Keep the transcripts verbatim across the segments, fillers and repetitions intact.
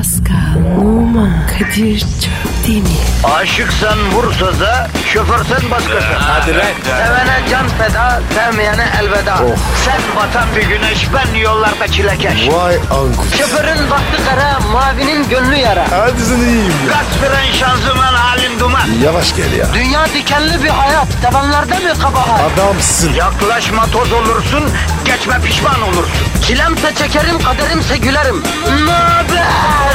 Pascal, Oman, Kadir çok değil mi? Aşıksan vursa da, şoförsen başkasın. Hadi lan. Sevene can feda, sevmeyene elveda. Oh. Sen batan bir güneş, ben yollarda çilekeş. Vay anku. Şoförün baktı kara, mavinin gönlü yara. Hadi sen iyiyim ya. Kasperen şanzıman halin duman. Yavaş gel ya. Dünya dikenli bir hayat, sevenlerde mi kabahar? Adamsın. Yaklaşma toz olursun, geçme pişman olursun. Çilemse çekerim, kaderimse gülerim. Möber!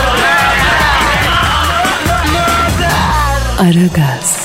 Aragaz.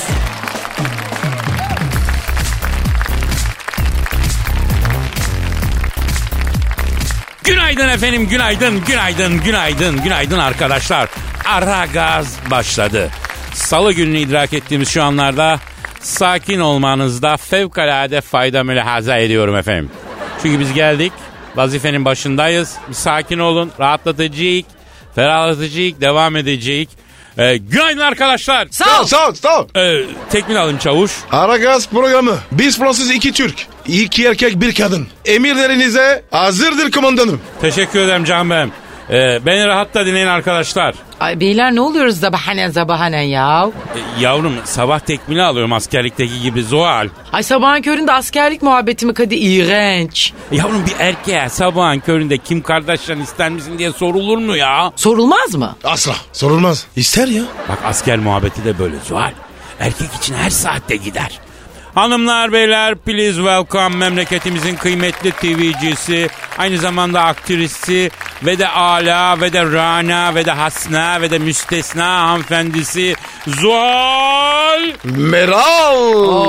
Günaydın efendim, günaydın, günaydın, günaydın, günaydın arkadaşlar. Aragaz başladı. Salı gününü idrak ettiğimiz şu anlarda sakin olmanızda fevkalade fayda mülahaza ediyorum efendim. Çünkü biz geldik, vazifenin başındayız. Bir sakin olun, rahatlatıcıyız, ferahlatıcıyız, devam edeceğiz. Ee, günaydın arkadaşlar. Sağ ol, sağ ol, sağ ol. Ee, tekmil alayım çavuş. Aragaz programı. Biz Fransız iki Türk. İki erkek bir kadın. Emirlerinize hazırdır komutanım. Teşekkür ederim canım benim. Ee, beni rahatla dinleyin arkadaşlar. Ay beyler ne oluyoruz zabahanen zabahanen ya? Ee, yavrum sabah tekmili alıyorum askerlikteki gibi Zuhal. Ay sabahın köründe askerlik muhabbeti mi Kadir? İğrenç. Yavrum bir erkeğe sabahın köründe Kim Kardashian ister misin diye sorulur mu ya? Sorulmaz mı? Asla. Sorulmaz. İster ya. Bak asker muhabbeti de böyle Zuhal. Erkek için her saatte gider. Hanımlar beyler please welcome memleketimizin kıymetli T V'cisi, aynı zamanda aktrisi ve de ala ve de rana ve de hasna ve de müstesna hanımefendisi Zuhal. Meral.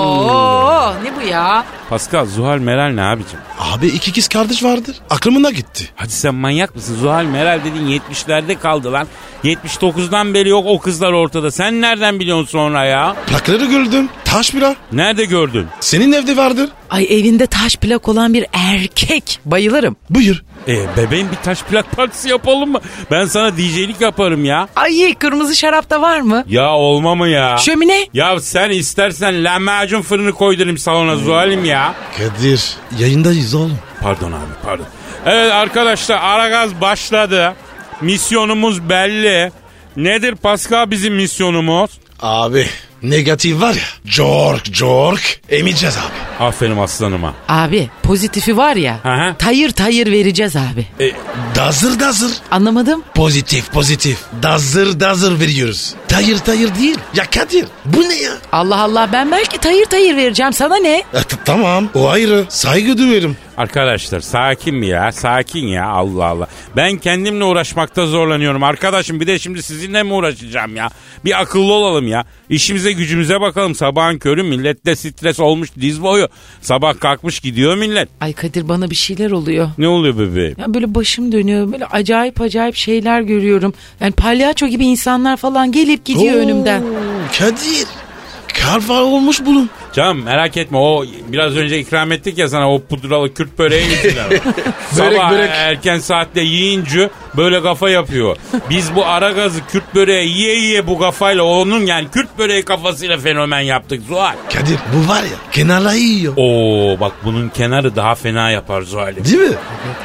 Oo ne bu ya? Pascal, Zuhal Meral ne abicim? Abi iki kız kardeş vardır. Aklımına gitti. Hadi sen manyak mısın? Zuhal Meral dediğin yetmişlerde kaldı lan. yetmiş dokuzdan beri yok o kızlar ortada. Sen nereden biliyorsun sonra ya? Plakları gördüm. Taş bira. Nerede gördün? Senin evde vardır. Ay evinde taş plak olan bir erkek. Bayılırım. Buyur. E bebeğim bir taş plak partisi yapalım mı? Ben sana D J'lik yaparım ya. Ay kırmızı şarap da var mı? Ya olma mı ya? Şömine? Ya sen istersen lahmacun fırını koydurayım salona Zuhal'im ya. Kadir yayındayız oğlum. Pardon abi pardon. Evet arkadaşlar Aragaz başladı. Misyonumuz belli. Nedir Pascal bizim misyonumuz? Abi negatif var ya. Cork cork emeceğiz abi. Aferin aslanıma. Abi pozitifi var ya. Hı hı. Tayır tayır vereceğiz abi. E, dazır dazır. Anlamadım. Pozitif pozitif. Dazır dazır veriyoruz. Tayır tayır değil. Ya Kadir bu ne ya? Allah Allah ben belki tayır tayır vereceğim sana ne? E, t- tamam o ayrı. Saygı duyuyorum. Arkadaşlar sakin mi ya? Sakin ya Allah Allah. Ben kendimle uğraşmakta zorlanıyorum arkadaşım. Bir de şimdi sizinle mi uğraşacağım ya? Bir akıllı olalım ya. İşimize gücümüze bakalım. Sabahın körü millette stres olmuş diz boyu. Sabah kalkmış gidiyor millet. Ay Kadir bana bir şeyler oluyor. Ne oluyor bebeğim? Ya böyle başım dönüyor. Böyle acayip acayip şeyler görüyorum. Yani palyaço gibi insanlar falan gelip gidiyor Oo, önümden. Kadir. Karval olmuş bunun. Canım merak etme o biraz önce ikram ettik ya sana o pudralı Kürt böreği yüzünden. Börek, Sabah börek. erken saatte yiyince böyle kafa yapıyor. Biz bu Aragaz'ı Kürt böreği yiye yiye bu kafayla onun yani Kürt böreği kafasıyla fenomen yaptık Zuhal. Kadir bu var ya kenarla yiyor. Oo bak bunun kenarı daha fena yapar Zuhal'im. Değil mi?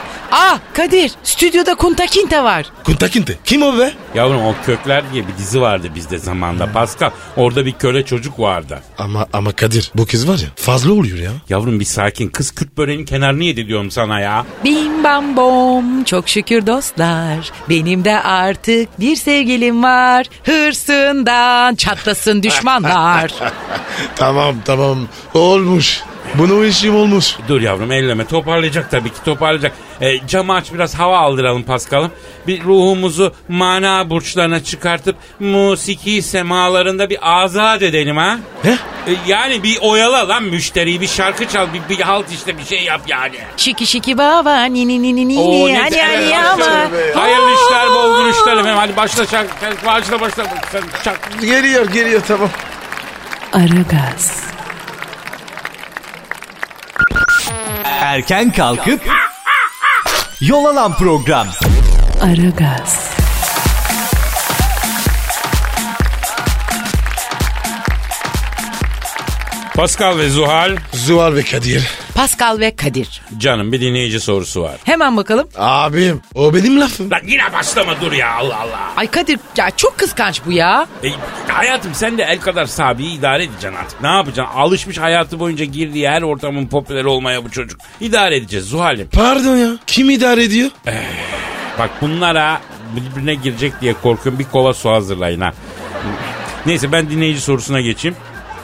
Ah Kadir stüdyoda Kunta Kinte var. Kunta Kinte. Kim o be? Yavrum o Kökler diye bir dizi vardı bizde zamanda Pascal. Orada bir köle çocuk vardı. Ama ama Kadir bu kız var ya fazla oluyor ya. Yavrum bir sakin kız Kürt böreğinin kenarını yedi diyorum sana ya. Bim bam bom çok şükür dostlar. Benim de artık bir sevgilim var. Hırsından çatlasın düşmanlar. Tamam tamam olmuş. Bunun işim olmuş. Dur yavrum elleme toparlayacak tabii ki toparlayacak. E, camı aç biraz hava aldıralım Paskal'ım. Bir ruhumuzu mana burçlarına çıkartıp musiki semalarında bir azat edelim ha. Ne? E, yani bir oyala lan müşteriyi bir şarkı çal bir, bir halt işte bir şey yap yani. Şiki şiki baba ni ni ni ni ni Oo, ni ne hani güzel, hani evet, ama. Hayırlı işler bol gülüşler efendim. Hadi başla şarkı. Başla başla. Sen çak. Geliyor geliyor tamam. Aragaz. Erken kalkıp yol alan program. Aragaz. Pascal ve Zuhal. Zuhal ve Kadir. Pascal ve Kadir. Canım bir dinleyici sorusu var. Hemen bakalım. Abim o benim lafım. Lan yine başlama dur ya Allah Allah. Ay Kadir ya çok kıskanç bu ya. E, hayatım sen de el kadar Sabi'yi idare edeceksin artık. Ne yapacaksın? Alışmış hayatı boyunca girdiği her ortamın popüler olmaya bu çocuk. İdare edeceğiz Zuhal'im. Pardon ya. Kim idare ediyor? Bak bunlara birbirine girecek diye korkuyorum. Bir kova su hazırlayın ha. Neyse ben dinleyici sorusuna geçeyim.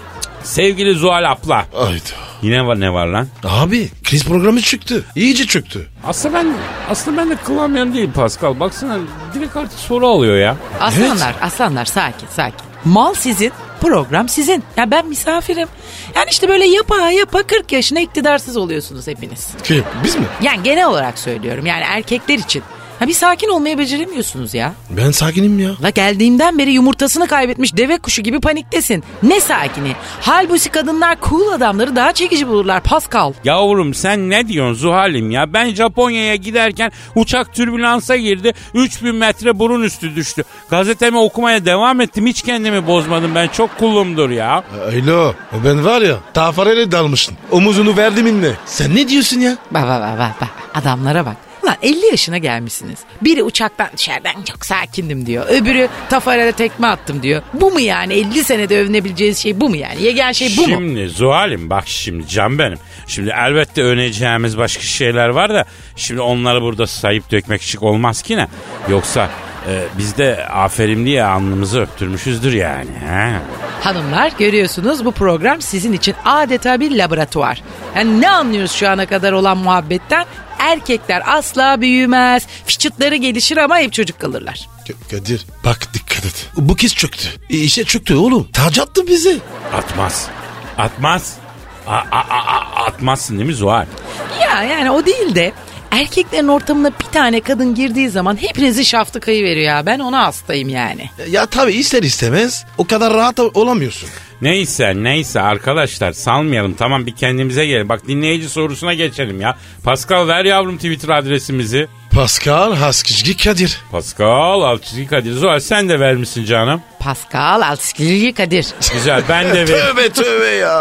Sevgili Zuhal abla. Hayda. Yine var ne var lan? Abi kriz programı çıktı. İyice çöktü. Aslında ben aslında ben de kıvamıyorum değil Pascal. Baksana direkt artık soru alıyor ya. Aslanlar aslanlar sakin sakin. Mal sizin, program sizin. Ya ben misafirim. Yani işte böyle yapa yapa kırk yaşına iktidarsız oluyorsunuz hepiniz. Kim? Biz mi? Yani genel olarak söylüyorum yani erkekler için. Ha bir sakin olmayı beceremiyorsunuz ya. Ben sakinim ya. La geldiğimden beri yumurtasını kaybetmiş deve kuşu gibi paniktesin. Ne sakini? Halbuki kadınlar cool adamları daha çekici bulurlar Pascal. Yavrum sen ne diyorsun Zuhal'im ya? Ben Japonya'ya giderken uçak türbülansa girdi. üç bin metre burun üstü düştü. Gazetemi okumaya devam ettim. Hiç kendimi bozmadım. Ben çok kulumdur ya. Alo. Ben var ya tafarele dalmışsın. Omuzunu verdim inle. Sen ne diyorsun ya? Bak bak bak bak bak. Adamlara bak. Lan elli yaşına gelmişsiniz. Biri uçaktan dışarıdan çok sakindim diyor. Öbürü tafarele tekme attım diyor. Bu mu yani elli senede övünebileceğiz şey bu mu yani? Yegen şey bu mu? Şimdi Zuhal'im bak şimdi can benim. Şimdi elbette övüneceğimiz başka şeyler var da şimdi onları burada sayıp dökmek şık olmaz ki ne? Yoksa e, biz de aferin diye alnımızı öptürmüşüzdür yani. He? Hanımlar görüyorsunuz bu program sizin için adeta bir laboratuvar. Yani ne anlıyoruz şu ana kadar olan muhabbetten? Erkekler asla büyümez. Fıçıtları gelişir ama hep çocuk kalırlar. K- Kadir bak dikkat et. Bu kez çöktü. E, işe çöktü oğlum. Tac attı bizi. Atmaz. Atmaz. A- a- a- atmazsın değil mi Zuhal? Ya yani o değil de erkeklerin ortamına bir tane kadın girdiği zaman hepinizi şaftı kayıveriyor ya. Ben ona hastayım yani. Ya tabii ister istemez o kadar rahat olamıyorsun. Neyse neyse arkadaşlar salmayalım tamam bir kendimize gelin. Bak dinleyici sorusuna geçelim ya. Pascal ver yavrum Twitter adresimizi. Pascal Haskizgi Kadir. Pascal Altçizgi Kadir. Zuhal sen de vermişsin canım. Pascal Altçizgi Kadir. Güzel ben de ver. Tövbe tövbe ya.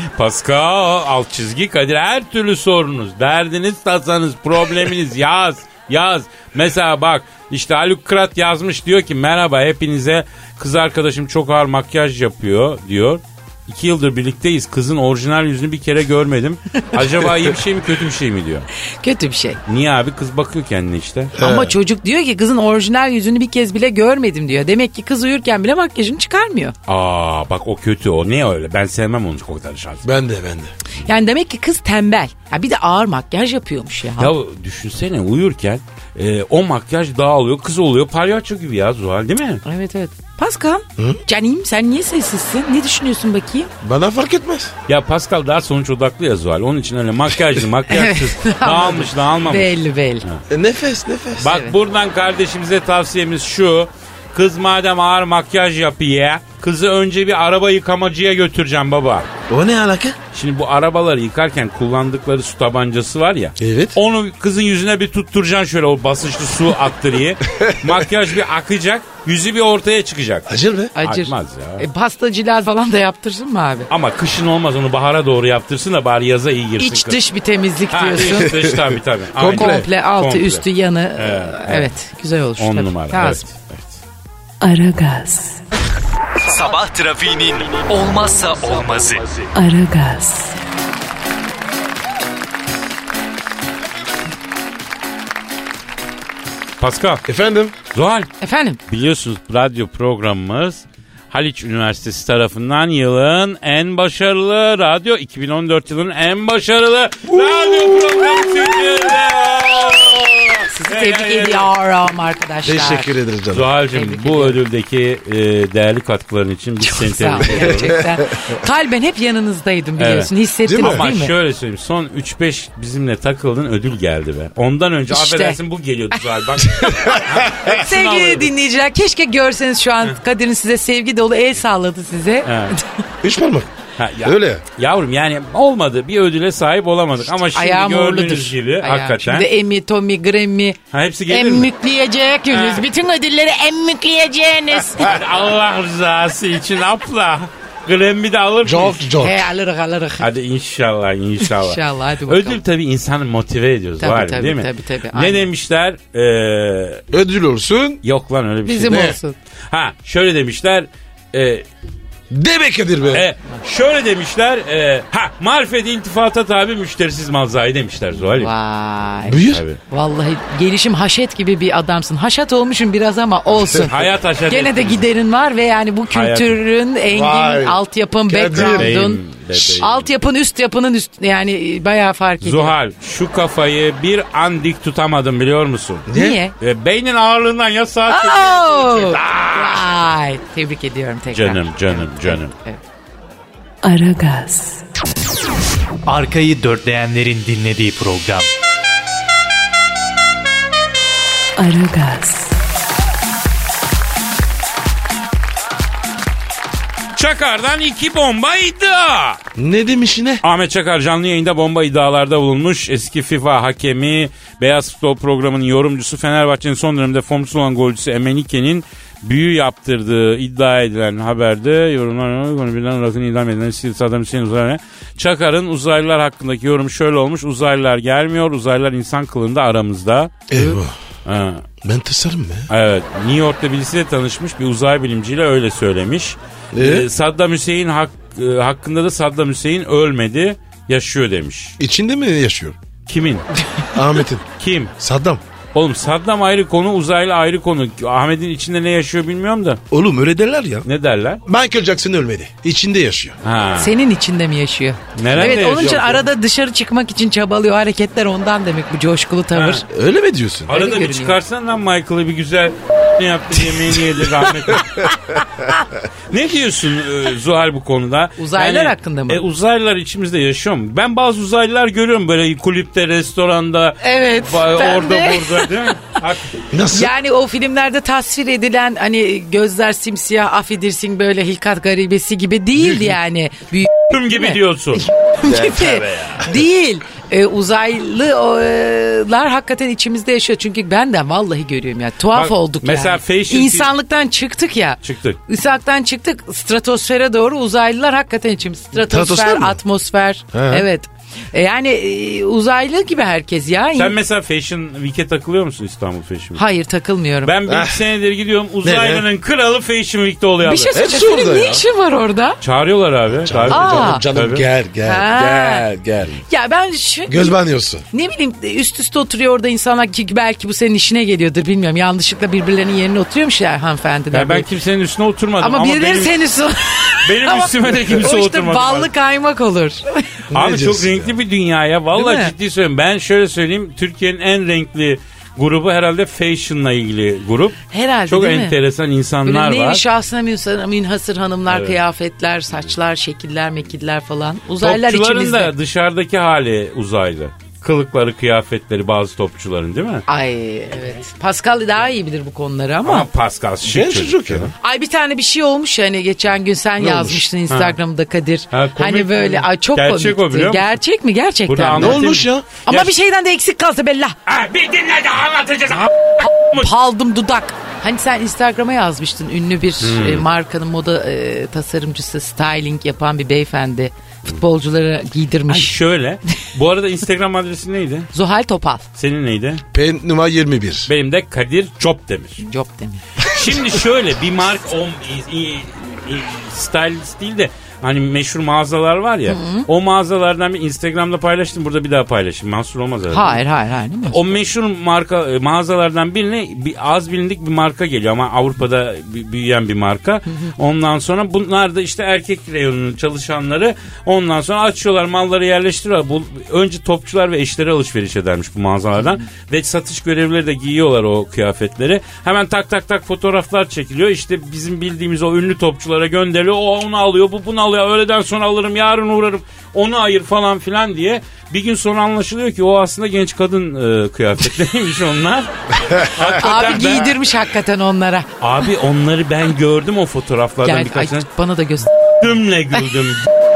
Pascal Altçizgi Kadir her türlü sorunuz, derdiniz, tasanız, probleminiz yaz. Yaz. Mesela bak işte Haluk Kırat yazmış diyor ki merhaba hepinize kız arkadaşım çok ağır makyaj yapıyor diyor. İki yıldır birlikteyiz kızın orijinal yüzünü bir kere görmedim. Acaba iyi bir şey mi kötü bir şey mi diyor. Kötü bir şey. Niye abi kız bakıyor kendine işte. Ama çocuk diyor ki kızın orijinal yüzünü bir kez bile görmedim diyor. Demek ki kız uyurken bile makyajını çıkarmıyor. Aa bak o kötü o niye öyle ben sevmem onu o kadar şans. Ben de ben de. Yani demek ki kız tembel. Ya bir de ağır makyaj yapıyormuş ya. Ya düşünsene uyurken e, o makyaj dağılıyor kız oluyor palyaço gibi ya Zuhal değil mi? Evet evet. Pascal, canım sen niye sessizsin? Ne düşünüyorsun bakayım? Bana fark etmez. Ya Pascal daha sonuç odaklı ya Zuhal. Onun için öyle makyajlı makyajsız Evet, dağılmış dağılmamış. Belli belli. E, nefes nefes. Bak Evet. buradan kardeşimize tavsiyemiz şu. Kız madem ağır makyaj yapıyor kızı önce bir araba yıkamacıya götüreceğim baba. O ne alaka? Şimdi bu arabaları yıkarken kullandıkları su tabancası var ya. Evet. Onu kızın yüzüne bir tutturacaksın şöyle o basınçlı su attırıyı. Makyaj bir akacak yüzü bir ortaya çıkacak. Acır be. Acır. Akmaz ya. E, pastacılar falan da yaptırsın mı abi? Ama kışın olmaz onu bahara doğru yaptırsın da bari yaza iyi girsin. İç kız. dış bir temizlik Ha, diyorsun. iç dış tabii tabii. Komple. Aynen. Komple altı Komple. üstü yanı. Evet, Evet, evet. güzel olur. On tabii. numara. Lazım. Evet, evet. Aragaz, Sabah trafiğinin olmazsa olmazı. Aragaz, Pascal, Efendim? Zuhal Efendim? biliyorsunuz radyo programımız Haliç Üniversitesi tarafından yılın en başarılı radyo, iki bin on dört yılının en başarılı radyo programı seçildi. Sizi tebrik ediyorum arkadaşlar. Teşekkür ederiz canım. Zuhal'cığım Tebrik bu ediyorum. ödüldeki e, değerli katkıların için biz seni Sağ olun tebrik ediyoruz. gerçekten. Kalben hep yanınızdaydım biliyorsun. Hissettiniz Değil mi? değil mi? Ama şöyle söyleyeyim son üç beş bizimle takıldın ödül geldi be. Ondan önce İşte. affedersin bu geliyordu Zuhal bak. Hepsini Sevgili alıyordum. dinleyiciler keşke görseniz şu an Kadir'in size sevgi dolu el salladı size. Evet. Üç parmak. Ha, ya, Öyle. Yavrum yani olmadı bir ödüle sahip olamadık ama şimdi Ayağım gördüğünüz uğurludur. gibi Ayağım. hakikaten. Şimdi Emmy, Tommy, Grammy Ha, hepsi gelir mi? emmükleyeceksiniz. Ha. Bütün ödülleri emmükleyeceğiniz. Hadi Allah rızası için abla. Grammy de alır Çok mıyız? çok. He alırık alırık. Hadi inşallah inşallah. İnşallah, hadi bakalım. Ödül tabii insanı motive ediyoruz. Tabii, var tabii, değil mi? tabii, tabii, Ne aynen. demişler? Ee, Ödül olsun. yok lan öyle bir Bizim şey. Ne? olsun. Ha şöyle demişler. E, De be Kadir be. e, şöyle demişler. E, ha marifet iltifata tabi müşterisiz malzai demişler Zuhal. Vay. Buyur. Tabii. Vallahi gelişim haşet gibi bir adamsın. Haşat olmuşum biraz ama olsun. Hayat haşat Gene de ettiniz. giderin var ve yani bu kültürün, engin, Vay. altyapın, Kadir. background'un, Bebeğim, bebeğim. altyapın, üst yapının üst yani bayağı fark ediyor. Zuhal şu kafayı bir an dik tutamadım biliyor musun? Niye? E, beynin ağırlığından ya saat Oh! Vay. Tebrik ediyorum tekrar. Canım canım canım. Evet. Aragaz, Arkayı dörtleyenlerin dinlediği program. Aragaz, Çakar'dan iki bomba iddia. Ne demiş yine? Ahmet Çakar canlı yayında bomba iddialarda bulunmuş. Eski FIFA hakemi, Beyaz Futbol programının yorumcusu, Fenerbahçe'nin son dönemde formsuz olan golcüsü Emenike'nin büyü yaptırdığı iddia edilen haberde yorumlar konu birden Irak'ın idam edilen Saddam Hüseyin uzaylılar. Çakar'ın uzaylılar hakkındaki yorumu şöyle olmuş. Uzaylılar gelmiyor. Uzaylılar insan kılığında aramızda. Eyvah. Ha. Ben tasarım mı? Evet. New York'ta birisiyle tanışmış bir uzay bilimciyle öyle söylemiş. Ee? Ee, Saddam Hüseyin hak, e, hakkında da Saddam Hüseyin ölmedi, yaşıyor demiş. İçinde mi yaşıyor? Kimin? Ahmet'in. Kim? Saddam. Oğlum Saddam ayrı konu, uzaylı ayrı konu. Ahmet'in içinde ne yaşıyor bilmiyorum da. Oğlum öyle derler ya. Ne derler? Michael Jackson ölmedi. İçinde yaşıyor. Ha. Senin içinde mi yaşıyor? Nerede evet, onun için yaşıyor? arada dışarı çıkmak için çabalıyor. Hareketler ondan demek bu coşkulu tavır. Ha. Öyle mi diyorsun? Arada bir görünüyor. çıkarsan lan Michael'ı bir güzel ne yaptı yemeğini yedi rahmetli. Ne diyorsun e, Zuhal bu konuda? Uzaylılar hakkında mı? E, uzaylılar içimizde yaşıyor mu? Ben bazı uzaylılar görüyorum böyle kulüpte, restoranda. Evet, ba- ben orada de. burada değil mi? Hak- Nasıl? Yani o filmlerde tasvir edilen hani gözler simsiyah affedersin böyle hilkat garibesi gibi değil yani. Büyük Tüm gibi diyorsun. gibi değil. Ee, uzaylılar hakikaten içimizde yaşıyor. Çünkü ben de vallahi görüyorum ya. Tuhaf Bak, olduk mesela yani. fashion- İnsanlıktan çıktık ya. Çıktık. İnsanlıktan çıktık. Stratosfere doğru uzaylılar hakikaten içimiz. Stratosfer Stratosfer, mi? atmosfer. He. Evet. E yani e, uzaylı gibi herkes ya. Sen mesela Fashion Week'e takılıyor musun İstanbul Fashion Week? Hayır takılmıyorum. Ben bir Ah. iki senedir gidiyorum uzaylının kralı Fashion Week'te oluyor. bir şey abi. söyleyeceğim. Hepsi Senin orada ne ya. işin var orada? Çağırıyorlar abi. Aa. Canım canım Tabii. gel gel Ha. gel gel. Ya ben şu... Göz banyosu. Ne bileyim üst üste oturuyor orada insanlar ki belki bu senin işine geliyordur bilmiyorum. Yanlışlıkla birbirlerinin yerine oturuyormuş ya hanımefendiler. Ya ben Böyle. kimsenin üstüne oturmadım ama, ama, birileri benim, senin üstüne... benim Ama üstüme de kimse o işte oturmadı. ballı kaymak olur. Abi Ne çok diyorsun renkli ya? bir dünya ya. Vallahi Değil mi? ciddi söylüyorum. Ben şöyle söyleyeyim. Türkiye'nin en renkli grubu herhalde fashion'la ilgili grup. Herhalde Çok değil mi? enteresan insanlar Böyle var. nevi şahsına münhasır, münhasır hanımlar, Evet. kıyafetler, saçlar, şekiller, mekiller falan. Uzaylılar Topçuların içimizde. da dışarıdaki hali uzaylı. Kılıkları, kıyafetleri bazı topçuların değil mi? Ay evet. Pascal daha iyi bilir bu konuları ama. Ama Pascal şık Genç çocuk, çocuk ya. ya. Ay bir tane bir şey olmuş yani geçen gün sen Ne yazmıştın Instagram'da Kadir. Ha, komik hani böyle mi? ay çok Gerçek o, komikti. biliyor musun? Gerçek mi gerçekten? Burada mi? Ne anlatayım. olmuş ya? Ama Ya- bir şeyden de eksik kalsa bella. Ha, bir dinle de anlatacağız. Paldım dudak. Hani sen Instagram'a yazmıştın ünlü bir Hmm. e, markanın moda e, tasarımcısı, styling yapan bir beyefendi. Futbolculara Ay giydirmiş. şöyle. Bu arada Instagram adresi neydi? Zuhal Topal. Senin neydi? Pen numara yirmi bir. Benim de Kadir Çopdemir. Job demir. Şimdi şöyle bir mark o i- i- i- stylist değil de hani meşhur mağazalar var ya. O mağazalardan bir Instagram'da paylaştım. Burada bir daha paylaşayım. Mahsur olmaz herhalde. Hayır hayır hayır. Değil mi? O meşhur marka e, mağazalardan birine bir, az bilindik bir marka geliyor ama Avrupa'da b- büyüyen bir marka. Ondan sonra bunlar da işte erkek reyonunun çalışanları. Ondan sonra açıyorlar, malları yerleştiriyorlar. Bu, önce topçular ve eşleri alışveriş edermiş bu mağazalardan ve satış görevlileri de giyiyorlar o kıyafetleri. Hemen tak tak tak fotoğraflar çekiliyor. İşte bizim bildiğimiz o ünlü topçulara gönderiliyor. O onu alıyor, bu bunu alıyor. Öğleden sonra alırım, yarın uğrarım. Onu ayır falan filan diye. Bir gün sonra anlaşılıyor ki o aslında genç kadın e, kıyafetleriymiş onlar. Hakikaten Abi ben- giydirmiş hakikaten onlara. Abi onları ben gördüm o fotoğraflardan Gel, birkaç ay, tane. bana da göster. Güldümle güldüm.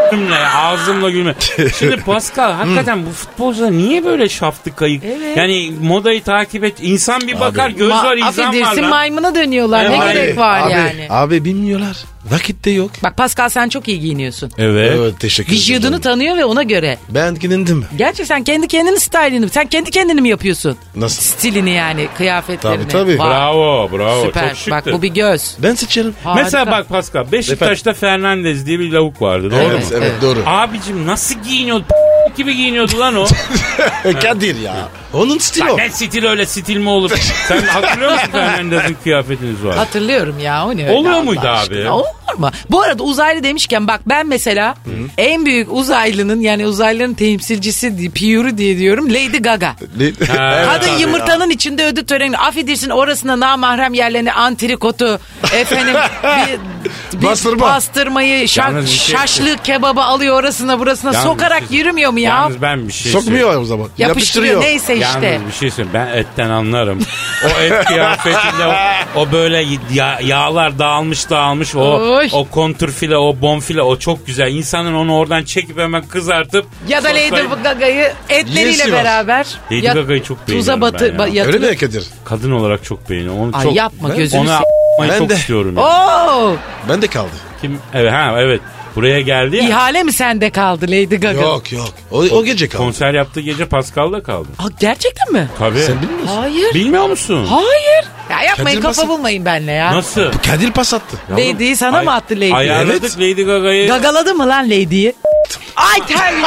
gülme ya, ağzımla gülme. Şimdi Pascal hakikaten bu futbolcular niye böyle şaftı kayık? Evet. Yani modayı takip et. İnsan bir bakar, göz var, Ma- insan var affedersin, lan. maymuna dönüyorlar. Evet. Ne Abi, gerek var abi, yani? Abi bilmiyorlar. Vakit de yok. Bak Pascal, sen çok iyi giyiniyorsun. Evet. Evet, teşekkür ederim. Vücudunu tanıyor ve ona göre. Ben giyindim. Gerçi sen kendi kendinin stylini, sen kendi kendini mi yapıyorsun? Nasıl? Stilini yani, kıyafetlerini. Tabii, tabii. Vay, Bravo, bravo. süper. Çok şıktı. Bak bu bir göz. Ben seçerim. Harika. Mesela bak Pascal, Beşiktaş'ta Fernandez diye bir lavuk vardı. Doğru Evet, mu? evet, Evet. doğru. Abicim nasıl giyiniyordu? Gibi giyiniyordu lan o. Kadir ya. Onun stili Lan o. ne stil, öyle stil mi olur? Sen hatırlıyor musun Fernandez'in kıyafetiniz var? Hatırlıyorum ya, o ne öyle Oluyor Allah muydu aşkına? abi? Olur mu? Bu arada uzaylı demişken bak, ben mesela en büyük uzaylının, yani uzaylıların temsilcisi diye, Piyuru diye diyorum, Lady Gaga. Kadın yumurtanın içinde ödül töreni, affedersin, orasına namahrem yerlerini, antrikotu, efendim bir, bir Bastırma. bastırmayı, şa- Yalnız bir şey- şaşlı kebabı alıyor orasına burasına, Yalnız sokarak bir şey- yürümüyor mu ya? Yalnız ben bir şey söyleyeyim. Sokmuyor o zaman. Yapıştırıyor, neyse işte. Yalnız bir şey söyleyeyim. Ben etten anlarım. O et kıyafetinde o, o böyle ya- yağlar dağılmış dağılmış. O Oy. o kontrfile, o bonfile, o çok güzel. İnsanın onu oradan çekip hemen kızartıp. Ya da Lady soslayıp- Gaga'yı etleriyle Yesi var. beraber. Lady ya- Gaga'yı çok Tuza beğeniyorum batı, ben ya. ba- yatırıp- Öyle mi Kadir? Kadın olarak çok beğeniyorum. Onu Ay çok, yapma, Ben- gözünü Onu se- a**mayı Ben çok de. istiyorum. Ya. Oo! Ben de kaldı. Kim? Evet, ha, evet. Buraya geldi ya. İhale mi sende kaldı Lady Gaga? Yok yok. O, o gece kaldı. Konser yaptığı gece Pascal'da kaldı. Aa, gerçekten mi? Tabii. Sen bilmiyor musun? Hayır. Bilmiyor musun? Hayır. Ya yapmayın, Kadir kafa Basit. bulmayın benimle ya. Nasıl? Kadir pas attı. Lady'yi sana Ay- mı attı Lady? Ayarladık Evet. Lady Gaga'yı. Gagaladı mı lan Lady'yi? Ay terli.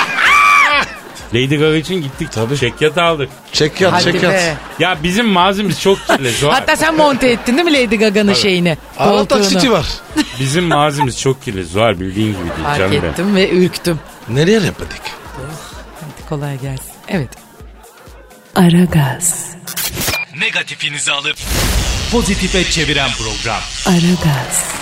Lady Gaga için gittik. Tabii. Çekyat aldık. Çek yat Hadi çek be. yat. Ya bizim malzememiz çok kirli. Zuhal. Hatta sen monte ettin değil mi Lady Gaga'nın şeyini? Ama Koltuğunu. taksiti var. Bizim malzememiz çok kirli. Zuhal bildiğin gibi değil Fark canım benim. ettim ve ürktüm. Nereye yapmadık? Hadi kolay gelsin. Evet. Aragaz, Negatifinizi alıp pozitife çeviren program. Aragaz,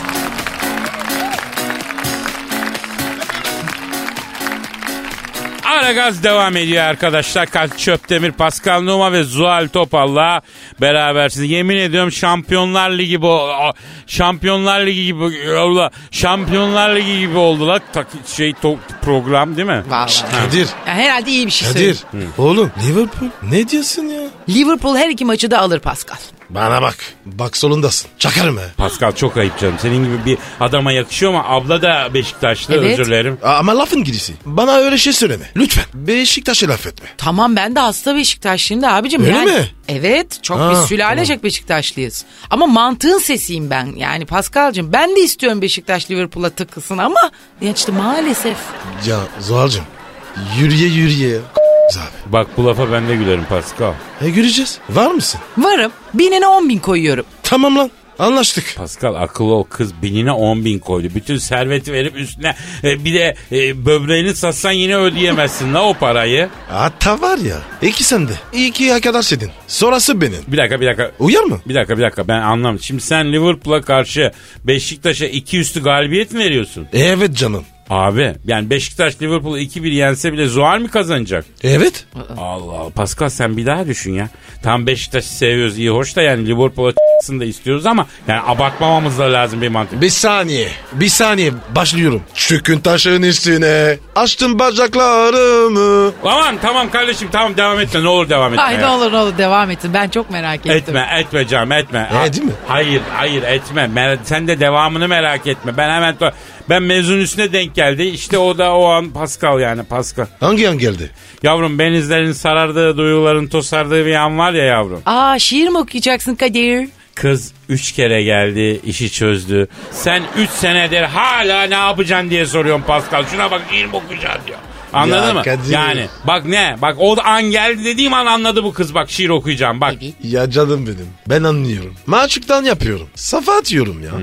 Aragaz devam ediyor arkadaşlar. Kaç Çöptemir, Pascal Numa ve Zuhal Topal'la berabersiniz. Yemin ediyorum Şampiyonlar Ligi bu Şampiyonlar Ligi gibi Allah, Şampiyonlar Ligi gibi oldu la şey to, program değil mi? Vallahi. Kadir. Ya herhalde iyi bir şey Kadir. söyledin. Oğlum Liverpool ne diyorsun ya? Liverpool her iki maçı da alır Pascal. Bana bak. Bak solundasın. Çakarım he. Pascal çok ayıp canım. Senin gibi bir adama yakışıyor ama abla da Beşiktaşlı, Evet. özür dilerim. Ama lafın girisi. Bana öyle şey söyleme. Lütfen. Beşiktaş'a laf etme. Tamam, ben de hasta Beşiktaşlıyım da abicim. Öyle yani, mi? Evet, çok Ha, biz sülalecek Beşiktaşlıyız. Ama mantığın sesiyim ben. Yani Pascal'cığım, ben de istiyorum Beşiktaş Liverpool'a tıkılsın ama ya işte maalesef. Ya Zuhal'cığım. Yürüye yürüye. Abi. Bak bu lafa ben de gülerim Pascal. E göreceğiz. Var mısın? Varım, binine on bin koyuyorum. Tamam lan. Anlaştık. Pascal akıllı ol, kız binine on bin koydu. Bütün serveti verip üstüne e, bir de e, böbreğini satsan yine ödeyemezsin la o parayı. Hatta var ya. İki sende. İki arkadaş edin. Sonrası benim. Bir dakika bir dakika. Uyar mı? Bir dakika bir dakika ben anlamadım. Şimdi sen Liverpool'a karşı Beşiktaş'a iki üstü galibiyet mi veriyorsun? Evet canım. Abi yani Beşiktaş Liverpool'u iki bir yense bile Zuhal mi kazanacak? Evet. Allah Allah. Pascal sen bir daha düşün ya. Tam Beşiktaş'ı seviyoruz iyi hoş da yani Liverpool'a ç**sını da istiyoruz ama yani abartmamamız da lazım bir mantık. Bir saniye. Bir saniye. Başlıyorum. Çökün taşın üstüne. Açtım bacaklarımı. Aman tamam kardeşim tamam devam etme ne olur devam etme. Ay ne ya. olur ne olur devam etsin, ben çok merak ettim. Etme etme canım etme. E, değil mi? Hayır hayır etme. Mer- sen de devamını merak etme. Ben hemen ben mezun üstüne denk geldi. İşte o da o an Pascal yani Pascal. Hangi an geldi? Yavrum benizlerin sarardığı, duyguların tosardığı bir an var ya yavrum. Aa, şiir mi okuyacaksın Kadir? Kız üç kere geldi, işi çözdü. Sen üç senedir hala ne yapacaksın diye soruyorum Pascal. Şuna bak şiir mi okuyacaksın diyor. Anladın Ya mı? Kadir. Yani bak ne? Bak o an geldi dediğim an anladı bu kız. Bak şiir okuyacağım bak. Evet. Ya canım benim. Ben anlıyorum. Maçuktan yapıyorum. Safa atıyorum ya.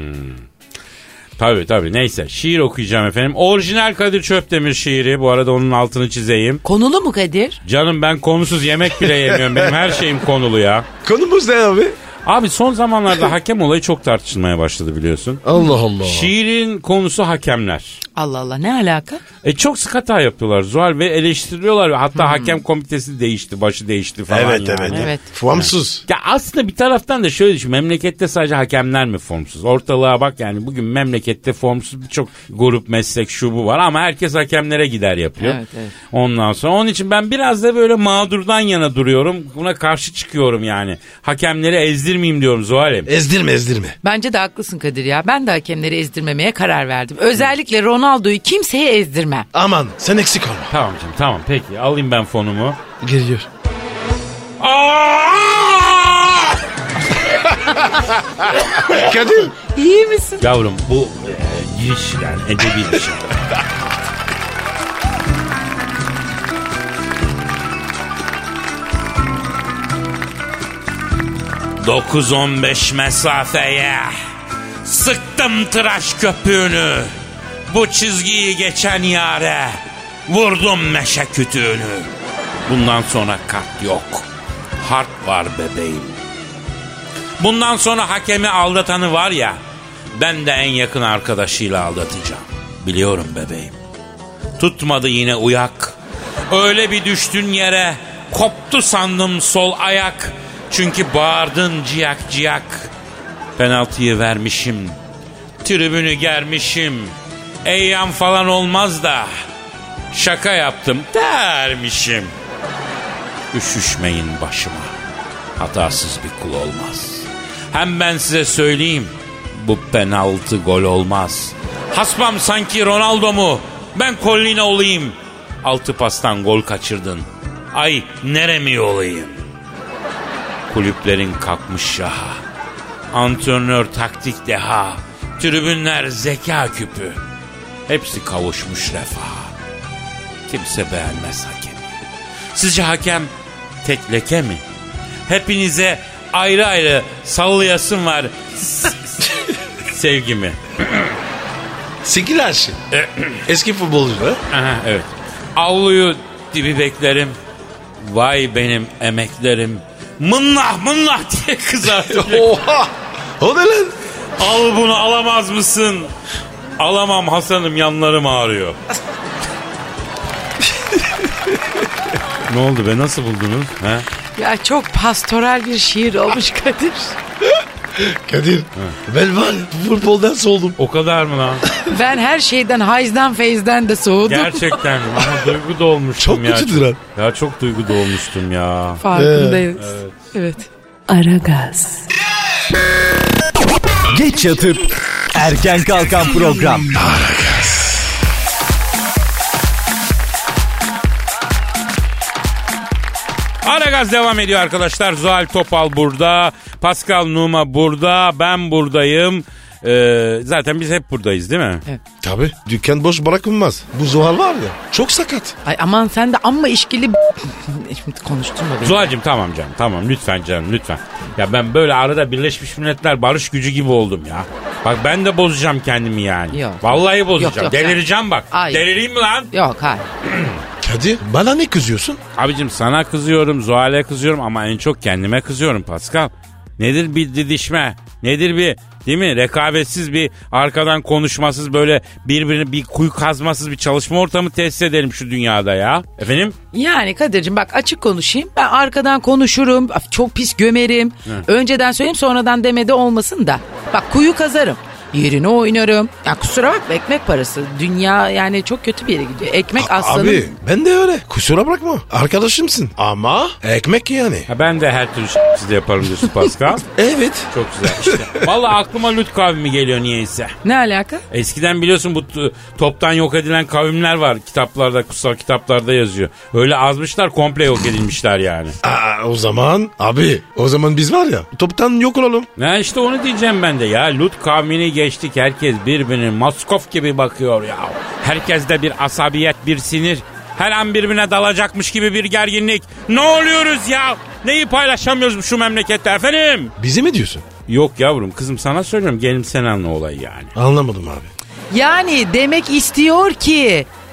Tabii tabii neyse şiir okuyacağım efendim. Orijinal Kadir Çöptemir şiiri, bu arada onun altını çizeyim. Konulu mu Kadir? Canım ben konusuz yemek bile yemiyorum. Benim her şeyim konulu ya. Konumuz ne abi? Abi son zamanlarda hakem olayı çok tartışılmaya başladı biliyorsun. Allah Allah. Şiirin konusu hakemler. Allah Allah, ne alaka? E çok sık hata yapıyorlar Zuhal ve eleştiriyorlar. Hatta hmm. hakem komitesi değişti, başı değişti falan. Evet yani. evet. Evet. Formsuz. Ya aslında bir taraftan da şöyle düşün. Memlekette sadece hakemler mi formsuz? Ortalığa bak yani bugün memlekette formsuz birçok grup, meslek, şu bu var ama herkes hakemlere gider yapıyor. Evet, evet. Ondan sonra onun için ben biraz da böyle mağdurdan yana duruyorum. Buna karşı çıkıyorum yani. Hakemleri ezdirmeyeyim diyorum Zuhal'im. Ezdirme ezdirme. Bence de haklısın Kadir ya. Ben de hakemleri ezdirmemeye karar verdim. Özellikle Ronaldo'yu kimseye ezdirmem. Aman sen eksik olma. Tamam canım tamam peki alayım ben fonumu. Geliyor. Kadir. İyi misin? Yavrum bu e, giriş yani edebi bir şey. dokuz on beş mesafeye sıktım tıraş köpüğünü. Bu çizgiyi geçen yare vurdum meşe kütüğünü. Bundan sonra kart yok. Harp var bebeğim. Bundan sonra hakemi aldatanı var ya, ben de en yakın arkadaşıyla aldatacağım. Biliyorum bebeğim. Tutmadı yine uyak. Öyle bir düştün yere, koptu sandım sol ayak. Çünkü bağırdın ciyak ciyak. Penaltıyı vermişim. Tribünü germişim. Eyyam falan olmaz da şaka yaptım dermişim. Üşüşmeyin başıma. Hatasız bir kul olmaz. Hem ben size söyleyeyim, bu penaltı gol olmaz. Hasbam sanki Ronaldo mu? Ben Collina olayım. Altı pastan gol kaçırdın. Ay neremi olayım? Kulüplerin kalkmış şaha. Antrenör taktik deha. Tribünler zeka küpü. Hepsi kavuşmuş refaha. Kimse beğenmez hakemi. Sizce hakem tek leke mi? Hepinize ayrı ayrı sallayasın var sevgimi. Sikiler şey. Eski futbolcu ha? Aha, evet. Avluyu dibi beklerim. Vay benim emeklerim. Mınnah mınnah diye kızartıyor. Oha! O ne lan? Al bunu alamaz mısın? Alamam Hasan'ım, yanlarım ağrıyor. Ne oldu be, nasıl buldunuz? He? Ya çok pastoral bir şiir olmuş Kadir. Kadir ben var futboldan soğudum. O kadar mı lan? Ben her şeyden, hayızdan, feyizden de soğudum. Gerçekten mi? Ama duygu dolmuştum çok ya. Çok kötüdür lan. Ya çok duygu dolmuştum ya. Farkındayız. Evet. Evet. Aragaz. Geç yatıp erken kalkan program. Aragaz. Aragaz devam ediyor arkadaşlar. Zuhal Topal burada. Pascal Numa burada. Ben buradayım. Ee, zaten biz hep buradayız değil mi? Evet. Tabii. Dükkan boş bırakılmaz. Bu Zuhal var ya çok sakat. Ay aman sen de amma işkili şimdi konuşturma beni. Zuhal'cığım tamam canım tamam lütfen canım lütfen. Ya ben böyle arada Birleşmiş Milletler barış gücü gibi oldum ya. Bak ben de bozacağım kendimi yani. Yok. Vallahi bozacağım. Yok, yok, delireceğim bak. Hayır. Delireyim mi lan? Yok hayır. Kadir bana ne kızıyorsun? Abicim sana kızıyorum, Zuhal'e kızıyorum ama en çok kendime kızıyorum Pascal. Nedir bir didişme? Nedir bir, değil mi? Rekabetsiz bir, arkadan konuşmasız, böyle birbirini bir kuyu kazmasız bir çalışma ortamı tesis edelim şu dünyada ya. Efendim? Yani Kadir'cim bak açık konuşayım. Ben arkadan konuşurum. Çok pis gömerim. Hı. Önceden söyleyeyim sonradan demede olmasın da. Bak kuyu kazarım. Yerine oynarım. Ya kusura bakma, ekmek parası. Dünya yani çok kötü bir yere gidiyor. Ekmek A- aslanın. Abi ben de öyle. Kusura bakma. Arkadaşımsın. Ama ekmek yani. Ha, ben de her türlü siz de yaparım diyorsun Pascal. Evet. Çok güzel işte. Vallahi aklıma Lut kavmi geliyor niyeyse. Ne alaka? Eskiden biliyorsun bu t- toptan yok edilen kavimler var. Kitaplarda, kutsal kitaplarda yazıyor. Öyle azmışlar, komple yok edilmişler yani. Aa, o zaman abi o zaman biz var ya toptan yok olalım. Ne işte onu diyeceğim ben de ya. Lut kavmini geçtik, herkes birbirinin Moskov gibi bakıyor ya. Herkeste bir asabiyet, bir sinir. Her an birbirine dalacakmış gibi bir gerginlik. Ne oluyoruz ya? Neyi paylaşamıyoruz şu memlekette efendim? Bizi mi diyorsun? Yok yavrum, kızım sana söylüyorum, gelin sen anla olayı yani. Anlamadım abi. Yani demek istiyor ki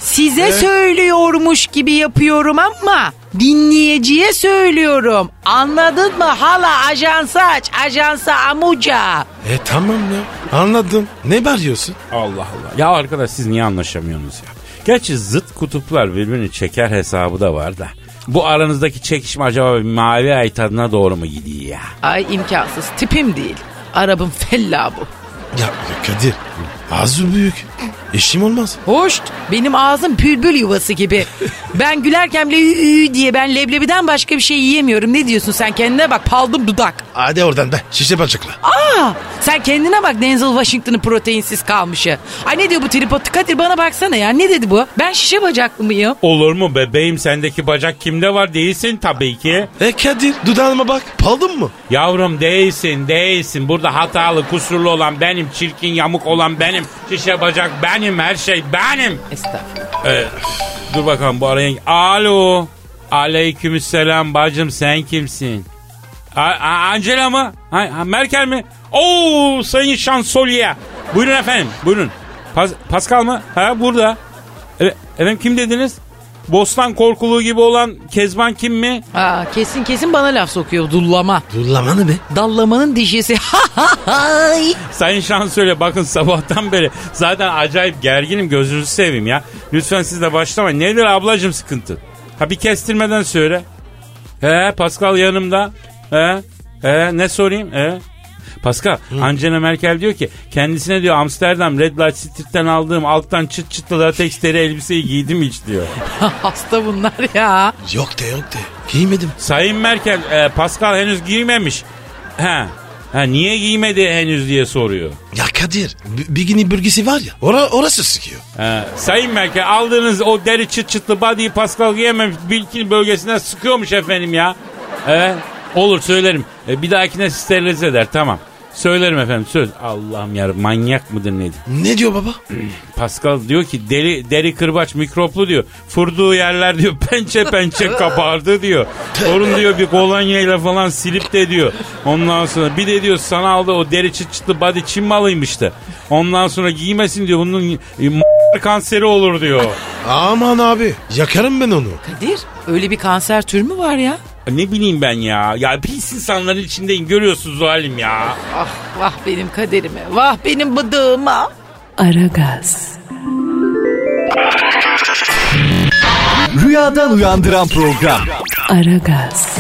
Size söylüyormuş gibi yapıyorum ama dinleyiciye söylüyorum. Anladın mı hala, ajansa aç, ajansa amuca. E tamam ya, anladım. Ne bağırıyorsun? Allah Allah. Ya arkadaş siz niye anlaşamıyorsunuz ya? Gerçi zıt kutuplar birbirini çeker hesabı da var da. Bu aranızdaki çekişme acaba bir mavi ay tadına doğru mu gidiyor ya? Ay imkansız, tipim değil. Arabım fella bu. Ya, ya Kadir, ağzı büyük. İşim olmaz. Hoş, benim ağzım bülbül yuvası gibi. Ben gülerken bile ü, ü diye ben leblebiden başka bir şey yiyemiyorum. Ne diyorsun sen, kendine bak, paldım dudak. Hadi oradan be, şişe bacakla. Aa, sen kendine bak, Denzel Washington'ın proteinsiz kalmışı. Ay ne diyor bu tripod? Kadir bana baksana ya, ne dedi bu? Ben şişe bacaklı mıyım? Olur mu bebeğim, sendeki bacak kimde var? Değilsin tabii ki. E Kadir, dudağıma bak, paldın mı? Yavrum değilsin değilsin. Burada hatalı kusurlu olan benim, çirkin yamuk olan benim, şişe bacak benim, her şey benim. Estağfurullah. Ee, dur bakalım bu araya. Alo. Aleykümselam bacım, sen kimsin? A- A- Angela mı? Ha, ha, Merkel mi? Oo, sayın şansölye. Buyurun efendim, buyurun. Pas- Pascal mı? Ha, burada. Evet, efendim kim dediniz? Bostan korkuluğu gibi olan Kezban kim mi? Aa, kesin kesin bana laf sokuyor, dullama. Dullamanı be. Dallamanın dişesi. Sayın şansölye, bakın sabahtan beri zaten acayip gerginim, gözünüzü seveyim ya. Lütfen siz de başlamayın. Nedir ablacığım sıkıntı? Ha bir kestirmeden söyle. He, Pascal yanımda. He, he, ne sorayım? He. Pascal, Hı. Angela Merkel diyor ki kendisine diyor Amsterdam Red Light Street'ten aldığım alttan çıt çıtlı lateks deri elbiseyi giydim hiç diyor. Hasta bunlar ya. Yok de yok de. Giymedim. Sayın Merkel, e, Pascal henüz giymemiş. He. Ha, niye giymedi henüz diye soruyor. Ya Kadir, b- bikini bölgesi var ya, ora, orası sıkıyor. He. Sayın Merkel, aldığınız o deri çıt çıtlı body'yi Pascal giyememiş, bikini bölgesinden sıkıyormuş efendim ya. Evet. Olur söylerim. E, bir dahakine sterilize eder, tamam. Söylerim efendim, söz. Allah'ım ya, manyak mıdır nedir? Ne diyor baba? Pascal diyor ki deri deri kırbaç mikroplu diyor. Fırdığı yerler diyor pençe pençe kabardı diyor. Sorun diyor bir kolonyayla falan silip de diyor. Ondan sonra bir de diyor sana aldı o deri çıt çıtlı body Çin malıymıştı. Ondan sonra giymesin diyor, bunun m- kanseri olur diyor. Aman abi, yakarım ben onu. Kadir, öyle bir kanser türü mü var ya? Ne bileyim ben ya. Ya pis insanların içindeyim, görüyorsunuz o halim ya. Ah vah benim kaderime, vah benim bıdığıma. Aragaz, Rüyadan uyandıran program. Aragaz,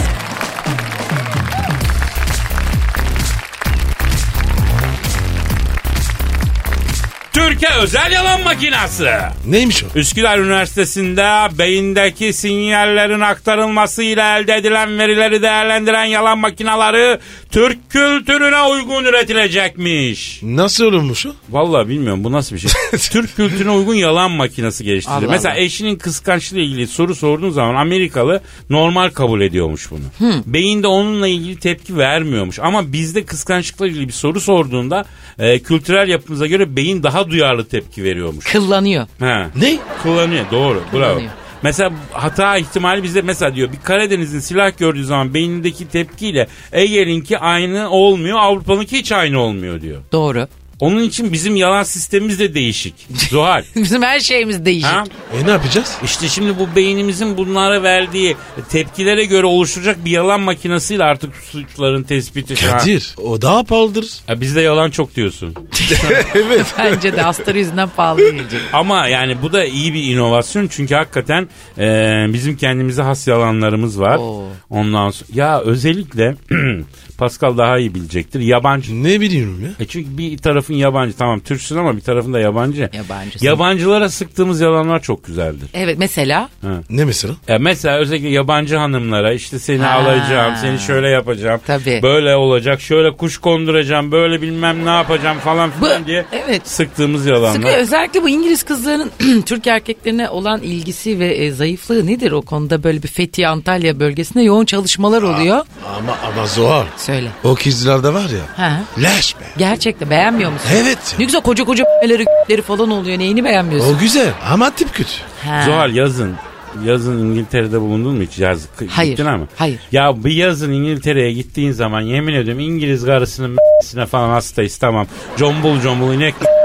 Türkiye özel yalan makinası. Neymiş o? Üsküdar Üniversitesi'nde beyindeki sinyallerin aktarılmasıyla elde edilen verileri değerlendiren yalan makineleri Türk kültürüne uygun üretilecekmiş. Nasıl olurmuş o? Vallahi bilmiyorum, bu nasıl bir şey. Türk kültürüne uygun yalan makinesi geliştiriyor. Allah Mesela Allah. eşinin kıskançlığı ilgili soru sorduğun zaman Amerikalı normal kabul ediyormuş bunu. Hmm. Beyinde onunla ilgili tepki vermiyormuş. Ama bizde kıskançlıkla ilgili bir soru sorduğunda e, kültürel yapımıza göre beyin daha duyarlı tepki veriyormuş. Kıllanıyor. Ha. Ne? Kullanıyor, doğru, bravo. Kullanıyor. Mesela hata ihtimali bizde mesela diyor bir Karadeniz'in silah gördüğü zaman beynindeki tepkiyle Ege'ninki aynı olmuyor, Avrupa'nınki hiç aynı olmuyor diyor. Doğru. Onun için bizim yalan sistemimiz de değişik. Zuhal. Bizim her şeyimiz değişik. Ha? E ne yapacağız? İşte şimdi bu beynimizin bunlara verdiği tepkilere göre oluşturacak bir yalan makinesiyle artık suçların tespiti. Kadir, o daha pahalıdır. Ha, bizde yalan çok diyorsun. Evet. Bence de astarı yüzünden pahalı gelecek. Ama yani bu da iyi bir inovasyon çünkü hakikaten e, bizim kendimize has yalanlarımız var. Oo. Ondan sonra ya özellikle Pascal daha iyi bilecektir. Yabancı. Ne biliyorum ya? E çünkü bir tarafın yabancı, tamam Türksün ama bir tarafın da yabancı. Yabancısın. Yabancılara sıktığımız yalanlar çok güzeldir. Evet, mesela? Ne mesela? E mesela özellikle yabancı hanımlara işte seni Ha. alacağım, seni şöyle yapacağım. Tabii. Böyle olacak, şöyle kuş konduracağım, böyle bilmem ne yapacağım falan filan Bu- diye evet. sıktığımız yalanlar. Sıkı, özellikle bu İngiliz kızlarının Türk erkeklerine olan ilgisi ve e, zayıflığı nedir o konuda? Böyle bir Fethiye, Antalya bölgesinde yoğun çalışmalar oluyor. Ama ama zor. Söyle. O kızlarda var ya. Ha. Leş be. Gerçekten beğenmiyor musun? Evet. Ne güzel koca koca b***leri falan oluyor. Neyini beğenmiyorsun? O güzel ama tip kötü. Ha. Zuhal yazın. Yazın İngiltere'de bulundun mu hiç? Yaz, Hayır, Gittin ama. hayır. Ya bir yazın İngiltere'ye gittiğin zaman yemin ediyorum İngiliz karısının m***sine falan hastayız, tamam. Combul combul inek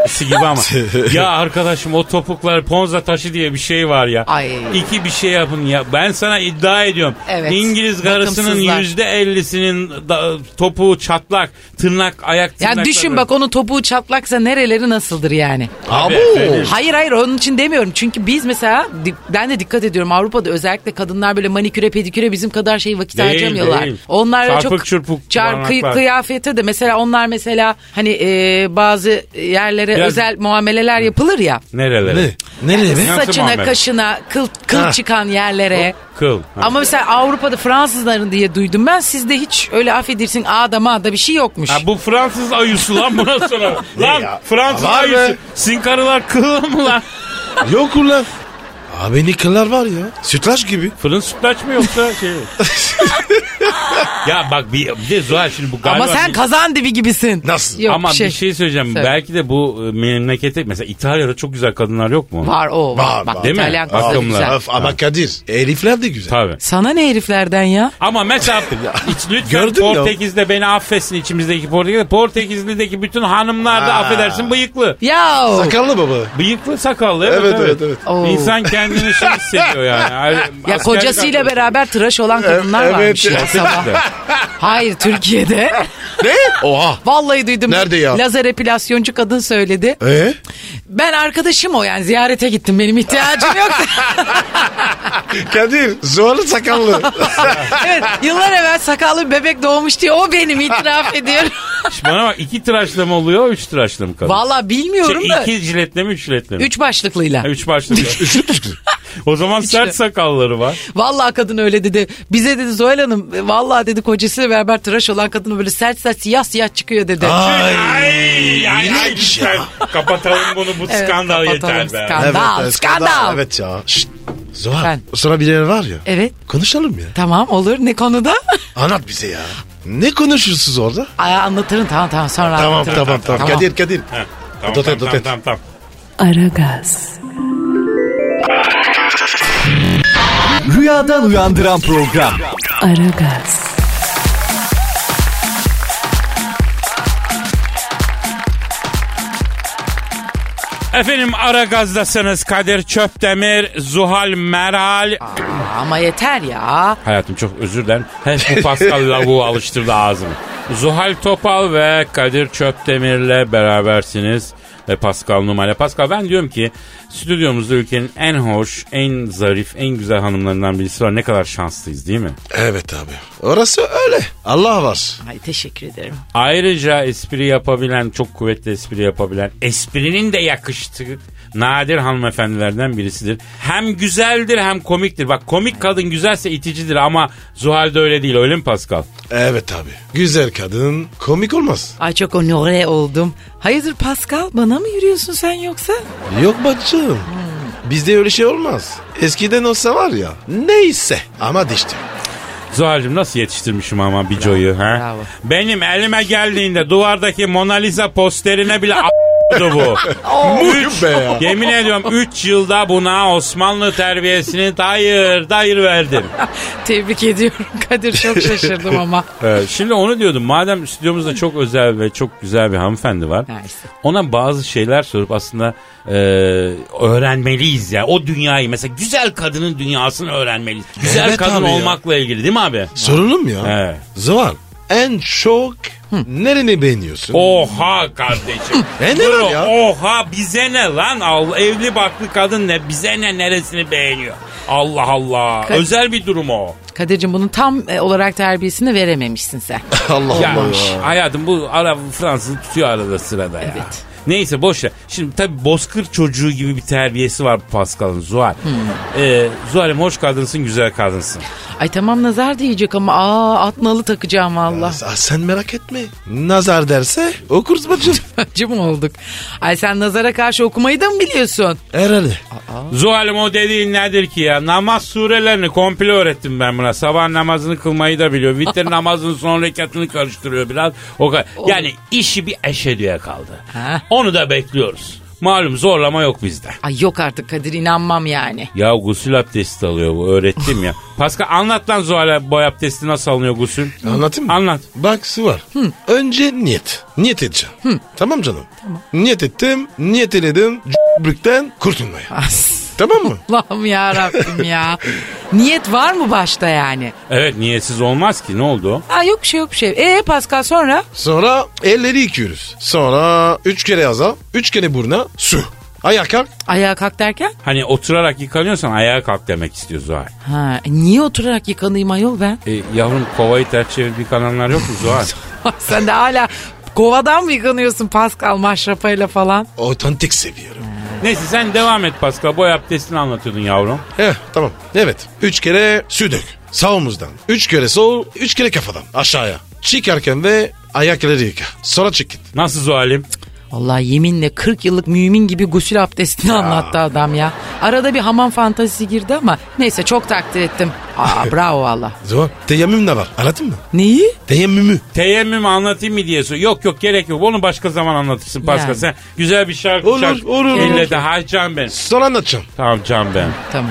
gibi ama. Ya arkadaşım o topuklar Ponza taşı diye bir şey var ya. Ay. İki bir şey yapın ya. Ben sana iddia ediyorum. Evet. İngiliz karısının Bakımsızlar. yüzde ellisinin da, topuğu çatlak. Tırnak, ayak tırnakları. Ya düşün bak onun topuğu çatlaksa nereleri nasıldır yani? Abo. Hayır hayır onun için demiyorum. Çünkü biz mesela ben de dikkat ediyorum Avrupa'da özellikle kadınlar böyle maniküre pediküre bizim kadar şey vakit Değil, harcamıyorlar. değil. Onlar Çarpık çok çırpık çar, parmaklar. kıy, kıyafete de mesela onlar mesela hani e, bazı yerlere Biraz- özel muameleler yapılır ya. Nerelere? Ne? Nereye be? Nasıl Saçına, muamele? kaşına, kıl, kıl Ha. çıkan yerlere. Kıl. Ha. Ama mesela Avrupa'da Fransızların diye duydum ben. Sizde hiç öyle affedersin ağda mağda bir şey yokmuş. Ha, bu Fransız ayısı lan buna sonra. Lan ya? Fransız Var be. ayısı. Sizin karılar kıl mı lan? Yok ulan. Abi nikırlar var ya. Sütlaç gibi. Fırın sütlaç mı yoksa şey? Ya bak bir, bir de Zuhal şimdi bu galiba... Ama sen bir- kazan dibi gibisin. Nasıl? Yok, Ama bir şey söyleyeceğim. Söyle. Belki de bu e, memlekete mesela İtalya'da çok güzel kadınlar yok mu? Var o var. Var, Bak var. Değil mi? İtalyan kızları Bakımlar. güzel. Öf, ama Kadir herifler de güzel. Tabii. Sana ne heriflerden ya? Ama mesela hiç lütfen Gördün ya. Portekiz'de beni affetsin içimizdeki Portekiz'de. Portekizli'deki bütün hanımlar da Aa. affedersin bıyıklı. Ya. Sakallı baba. Bıyıklı sakallı. Evet Evet, evet. evet, evet. Oo. İnsan kendini şey hissediyor yani. Ya Askerlik kocasıyla arkadaşı. beraber tıraş olan kadınlar Evet, varmış evet. ya sabah. Hayır Türkiye'de. Ne? Oha. Vallahi duydum. Nerede ya? Lazer epilasyoncu kadın söyledi. Ee? Ben arkadaşım o yani ziyarete gittim benim ihtiyacım yok. Kadir zorlu sakallı. Evet yıllar evvel sakallı bir bebek doğmuş diye o benim itiraf ediyorum. Şimdi bana bak iki tıraşla mı oluyor üç tıraşla mı kadın? Vallahi bilmiyorum Şey, da. iki jiletle mi üç jiletle mi? Üç başlıklıyla. Ha, üç başlı. O zaman sert sakalları var. Vallahi kadın öyle dedi. Bize dedi Zuhal Hanım vallahi dedi kocasıyla beraber tıraş olan kadın böyle sert sert siyah siyah çıkıyor dedi. Ay. Ay, ay, ay, İğrenç lütfen. Kapatalım bunu bu Evet, skandal kapatalım, yeter be. skandal. Evet, skandal. Evet ya. Şşt. Zuhal. Ben. Sonra bir yer var ya. Evet. Konuşalım ya. Tamam olur ne konuda? Anlat bize ya. Ne konuşuyorsunuz orada? Ay, anlatırım tamam tamam sonra Tamam anlatırım. tamam tamam. Kadir Kadir. Heh, Tamam, Dur, tamam, dur, tamam, dur. tamam, tamam. Aragaz, Rüyadan uyandıran program. Aragaz, Efendim Aragaz'dasınız Kadir Çöpdemir, Zuhal Meral. Aa, ama yeter ya. Hayatım çok özür dilerim. Hep bu Pascal lavuğu alıştırdı ağzımı. Zuhal Topal ve Kadir Çöpdemir'le berabersiniz. Ve Pascal Numa'yla. Pascal ben diyorum ki stüdyomuzda ülkenin en hoş, en zarif, en güzel hanımlarından birisi var. Ne kadar şanslıyız değil mi? Evet abi. Orası öyle. Allah var. Ay teşekkür ederim. Ayrıca espri yapabilen, çok kuvvetli espri yapabilen, esprinin de yakıştığı nadir hanımefendilerden birisidir. Hem güzeldir hem komiktir. Bak komik kadın güzelse iticidir ama Zuhal de öyle değil. Öyle mi Pascal? Evet abi. Güzel kadın komik olmaz. Ay çok onore oldum. Hayırdır Pascal bana mı yürüyorsun sen yoksa? Yok bacım. Bizde öyle şey olmaz. Eskiden olsa var ya. Neyse. Ama işte. Zuhal'cığım nasıl yetiştirmişim ama Bico'yu ha? bravo. Benim elime geldiğinde duvardaki Mona Lisa posterine bile a***dı bu. Üç, be ya. yemin ediyorum üç yılda buna Osmanlı terbiyesini dayır dayır verdim. Tebrik ediyorum Kadir çok şaşırdım ama. Evet, şimdi onu diyordum. Madem stüdyomuzda çok özel ve çok güzel bir hanımefendi var. Neyse. Ona bazı şeyler sorup aslında e, öğrenmeliyiz ya. O dünyayı mesela güzel kadının dünyasını öğrenmeliyiz. Güzel Evet kadın abi ya. olmakla ilgili değil mi abi? Soralım ya. Evet. Zuhal en çok nereni beğeniyorsun? Oha kardeşim. E ne Bro, var ya? Oha bize ne lan? Allah, evli barklı kadın ne? Bize ne neresini beğeniyor? Allah Allah. Ka- Özel bir durum o. Kadir'cim bunun tam e, olarak terbiyesini verememişsin sen. Allah Ya, Allah ya. hayatım bu ara Fransız tutuyor arada sırada ya. Evet. Neyse boş ver. Şimdi tabii bozkır çocuğu gibi bir terbiyesi var Pascal'ın Zuhal. Ee, Zuhal'im hoş kadınsın güzel kadınsın. Ay tamam nazar diyecek ama aa at nalı takacağım valla. Aa, sen merak etme. Nazar derse okuruz bacım. Acı mı olduk? Ay sen nazara karşı okumayı da mı biliyorsun? Herhalde. Zuhal'im o dediğin nedir ki ya? Namaz surelerini komple öğrettim ben buna. Sabah namazını kılmayı da biliyor. Vitir namazının son rekatını karıştırıyor biraz. O kadar. Yani işi bir eşhedüye kaldı. Ha. Onu da bekliyoruz. Malum zorlama yok bizde. Ay yok artık Kadir, inanmam yani. Ya gusül abdesti alıyor bu, öğrettim ya. Pascal anlat lan Zuhal'e boy abdesti nasıl alınıyor gusül? Anlatayım mı? Anlat. Bak su var. Önce niyet. Niyet edeceğim. Tamam canım. Tamam. Niyet ettim. Niyet eledim. C***lükten kurtulmaya. As. Tamam mı? Allah'ım yarabbim ya. Niyet var mı başta yani? Evet, niyetsiz olmaz ki, ne oldu? Aa, yok bir şey yok bir şey. Ee Pascal sonra? Sonra elleri yıkıyoruz. Sonra üç kere ağza, üç kere buruna su. Ayağa kalk. Ayağa kalk derken? Hani oturarak yıkanıyorsan ayağa kalk demek istiyor Zuhal. Ha, e, niye oturarak yıkanayım ayol ben? E, yavrum kovayı ters çevirip yıkananlar yok mu Zuhal? Sen de hala kovadan mı yıkanıyorsun Pascal, maşrapayla falan? Otantik seviyorum. Neyse sen devam et Pascal, boy abdestini anlatıyordun yavrum. Heh tamam. Evet. Üç kere su dök. Sağ omuzdan. Üç kere sol, üç kere kafadan. Aşağıya. Çıkarken de ayakları yıka. Sonra çık git. Nasıl Zuhal'im? Vallahi yeminle kırk yıllık mümin gibi gusül abdestini anlattı adam ya. Arada bir hamam fantazisi girdi ama neyse, çok takdir ettim. Aa, bravo valla. Zuhal, teyemmüm de var. Anladın mı? Neyi? Teyemmümü. Teyemmümü anlatayım mı diye sor. Yok yok, gerek yok. Onu başka zaman anlatırsın Pascal. Yani. Sen güzel bir şarkı Olur, şarkı. olur, Elle olur. de hay can ben. Sonra anlatacağım. Tamam can ben. Tamam.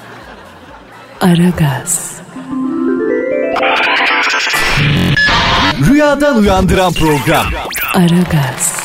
Aragaz, Rüyadan uyandıran program. Aragaz,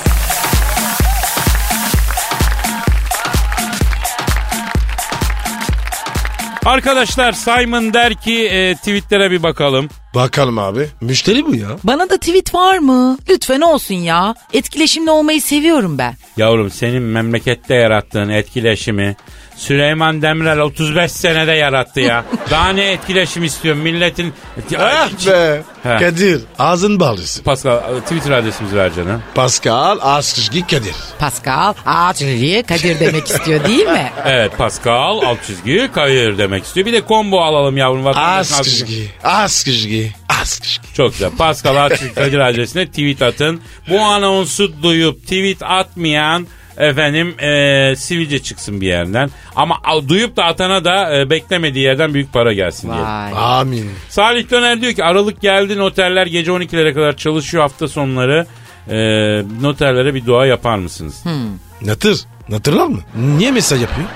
Arkadaşlar Simon der ki e, tweetlere bir bakalım. Bakalım abi. Müşteri bu ya. Bana da tweet var mı? Lütfen olsun ya. Etkileşimli olmayı seviyorum ben. Yavrum senin memlekette yarattığın etkileşimi Süleyman Demirel otuz beş senede yarattı ya. Daha ne etkileşim istiyorum milletin... Ah be. He. Kadir. Ağzın bağlısın. Pascal Twitter adresimizi ver canım. Pascal Askışgi Kadir. Pascal, Ağaçlı'ya Kadir demek istiyor değil mi? Evet Pascal alt çizgi Kadir demek istiyor. Bir de combo alalım yavrum. vatandaşın adını. Askışgi. Askışgi. Askışgi. Çok güzel. Pascal alt çizgi Kadir adresine tweet atın. Bu anonsu duyup tweet atmayan efendim e, sivilce çıksın bir yerden. Ama a, duyup da atana da e, beklemediği yerden büyük para gelsin diye. Vay. Amin. Salih Döner diyor ki Aralık geldi, noterler gece on ikilere kadar çalışıyor, hafta sonları e, noterlere bir dua yapar mısınız? Hmm. Natır. Natırlar mı? Niye mesaj yapıyor?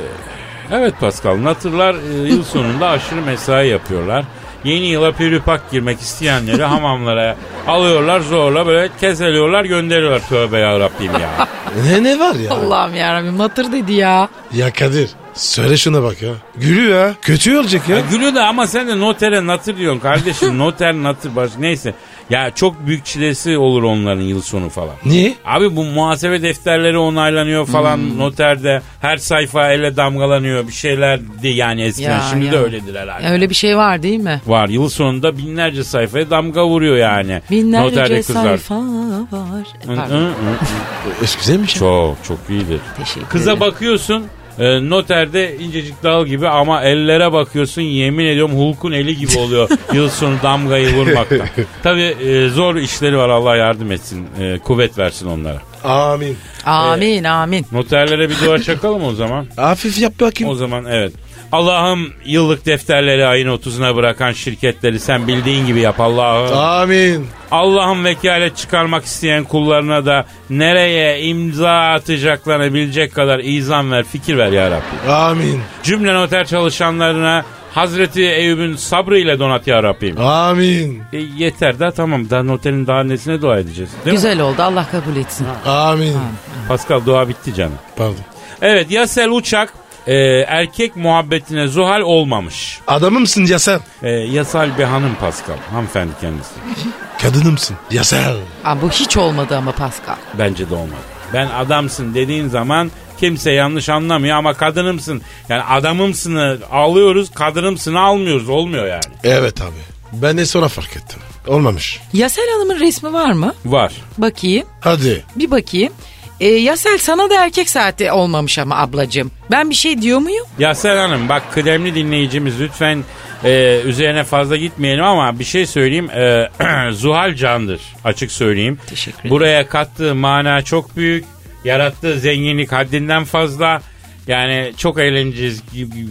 Evet Pascal, natırlar e, yıl sonunda aşırı mesai yapıyorlar. Yeni yıla pürüpak girmek isteyenleri hamamlara alıyorlar, zorla böyle keseliyorlar, gönderiyorlar. Tövbe yarabbim ya. Ne ne var ya? Allah'ım yarabbim, natır dedi ya. Ya Kadir. Söyle şuna bak ya. Gülüyor ya. Kötü olacak ya. Ya gülüyor da ama sen de notere natır diyorsun kardeşim. Noter natır baş neyse. Ya çok büyük çilesi olur onların yıl sonu falan. Niye? Abi bu muhasebe defterleri onaylanıyor falan hmm. noterde. Her sayfa elle damgalanıyor bir şeylerdi yani eskiden. Ya, Şimdi ya. de öyledir herhalde. Öyle bir şey var değil mi? Var, yıl sonunda binlerce sayfaya damga vuruyor yani. Binlerce Noterde kızlar. sayfa var. Hı, Pardon. hı, hı. Güzelmiş ya. Çok çok iyidir. Teşekkür Kıza ederim. bakıyorsun e, noterde incecik dal gibi ama ellere bakıyorsun yemin ediyorum Hulk'un eli gibi oluyor yıl sonu damgayı vurmaktan. Tabii e, zor işleri var, Allah yardım etsin, e, kuvvet versin onlara. Amin. Amin amin. Noterlere bir dua çakalım o zaman. Hafif yap bakayım. O zaman evet. Allah'ım yıllık defterleri ayın otuzuna bırakan şirketleri sen bildiğin gibi yap Allah'ım. Amin. Allah'ım vekalet çıkarmak isteyen kullarına da nereye imza atacaklarını bilecek kadar izan ver, fikir ver ya Rabbi. Amin. Cümle noter çalışanlarına Hazreti Eyüp'ün sabrıyla donat ya Rabbim. Amin. E, yeter da tamam, daha noterin daha nesine dua edeceğiz değil Güzel oldu, Allah kabul etsin. Amin. mi? Pascal dua bitti canım. Pardon. Evet, Yasel Uçak e, erkek muhabbetine Zuhal olmamış. Adamımsın ya sen. E, Yasal bir hanım Pascal. Hanımefendi kendisi. Kadınımsın. Ya sen. Aa, bu hiç olmadı ama Pascal. Bence de olmadı. Ben adamsın dediğin zaman kimse yanlış anlamıyor ama kadınımsın. Yani adamımsını alıyoruz, kadınımsını almıyoruz. Olmuyor yani. Evet abi. Ben de sonra fark ettim. Olmamış. Yasel Hanım'ın resmi var mı? Var. Bakayım. Hadi. Bir bakayım. Ee, Yasel sana da erkek saati olmamış ama ablacığım. Ben bir şey diyor muyum? Yasel Hanım bak, kıdemli dinleyicimiz lütfen e, üzerine fazla gitmeyelim ama bir şey söyleyeyim. E, Zuhal candır, açık söyleyeyim. Teşekkür ederim. Buraya kattığı mana çok büyük. Yarattığı zenginlik haddinden fazla. Yani çok eğleneceğiz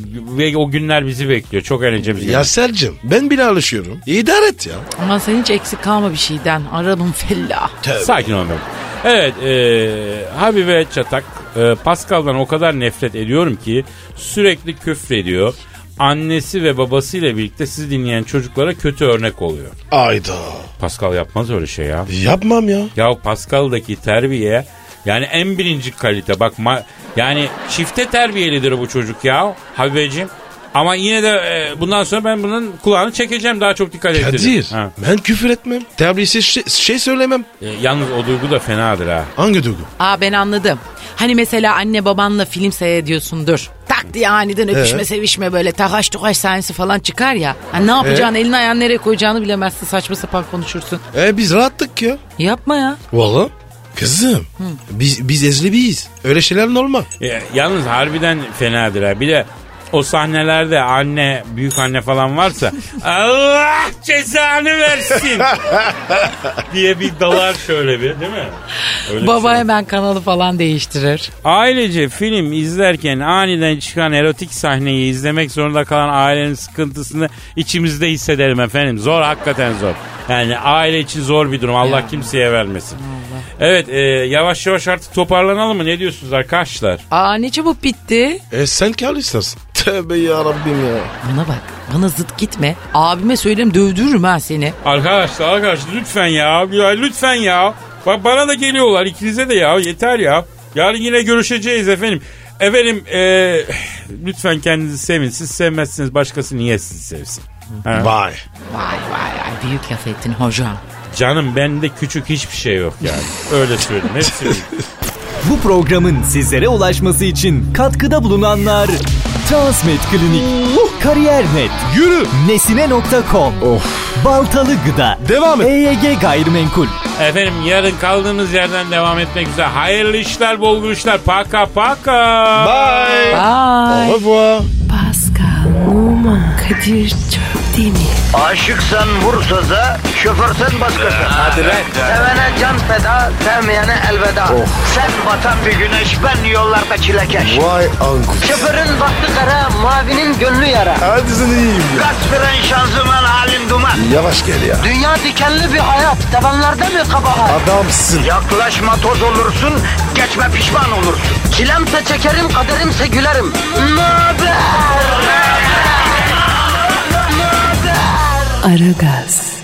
ve o günler bizi bekliyor. Çok eğleneceğimiz günler. Ya Sercim, ben bile alışıyorum. İdare et ya. Ama sen hiç eksik kalma bir şeyden. Arabım fellah. Tövbe. Sakin olun. Evet, e, Habibe Çatak e, Pascal'dan o kadar nefret ediyorum ki sürekli küfrediyor. Annesi ve babasıyla birlikte sizi dinleyen çocuklara kötü örnek oluyor. Ayda. Pascal yapmaz öyle şey ya. Yapmam ya. Ya Pascal'daki terbiye yani en birinci kalite. Bak ma- yani çifte terbiyelidir bu çocuk ya Habibeciğim. Ama yine de e, bundan sonra ben bunun kulağını çekeceğim, daha çok dikkat edeceğim. Kadir ben küfür etmem. Terbiyesiz şey, şey söylemem. E, yalnız o duygu da fenadır ha. Hangi duygu? Aa ben anladım. Hani mesela anne babanla film seyrediyorsundur. Tak diye aniden öpüşme Ee? sevişme böyle takaş tukaş sahnesi falan çıkar ya. Hani ne yapacağını Ee? elini ayağını nereye koyacağını bilemezsin, saçma sapan konuşursun. E biz rahattık ya. Yapma ya. Valla. Kızım biz, biz ezli biyiz. Öyle şeyler normal. E, yalnız harbiden fenadır ha. Bir de o sahnelerde anne, büyük anne falan varsa Allah cezanı versin diye bir dalar şöyle bir, değil mi? Öyle Baba şey. hemen kanalı falan değiştirir. Ailece film izlerken aniden çıkan erotik sahneyi izlemek zorunda kalan ailenin sıkıntısını içimizde hissedelim efendim. Zor, hakikaten zor. Yani aile için zor bir durum. Allah ya. kimseye vermesin. Allah. Evet e, yavaş yavaş artık toparlanalım mı? Ne diyorsunuz arkadaşlar? Aa ne çabuk bitti. E sen kal istersin. Tövbe yarabbim ya. Bana bak, bana zıt gitme. Abime söyleyeyim dövdürürüm ha seni. Arkadaşlar arkadaşlar lütfen ya. ya lütfen ya. Bak bana da geliyorlar, ikinize de ya, yeter ya. Yarın yine görüşeceğiz efendim. Efendim e, lütfen kendinizi sevin. Siz sevmezsiniz, başkası niye sizi sevsin? Ha? Vay. Vay vay vay, büyük laf ettin hocam. Canım bende küçük hiçbir şey yok yani. Öyle söyleyeyim. Hepsi büyük. Bu programın sizlere ulaşması için katkıda bulunanlar Transmed Klinik, Kariyer.net, Yürü. Nesine nokta com, Of. Baltalı Gıda, Devam et. E Y G Gayrimenkul. Efendim yarın kaldığımız yerden devam etmek üzere. Hayırlı işler, bol gülüşler. Paka paka. Bye. Bye. Au revoir. Pascal, Oman, Kadir çok değil mi? Aşıksan vursa da, şoförsen başkasın. Hadi lan. Sevene can feda, sevmeyene elveda. Sen batan bir güneş, ben yollarda çilekeş. Vay anku. Şoförün baktı kara, mavinin gönlü yara. Hadi sen iyiyim ya. Kasperen şanzıman halin duman. Yavaş gel ya. Dünya dikenli bir hayat, sevenlerde mi kabahar? Adamsın. Yaklaşma toz olursun, geçme pişman olursun. Çilemse çekerim, kaderimse gülerim. Möber! Aragaz.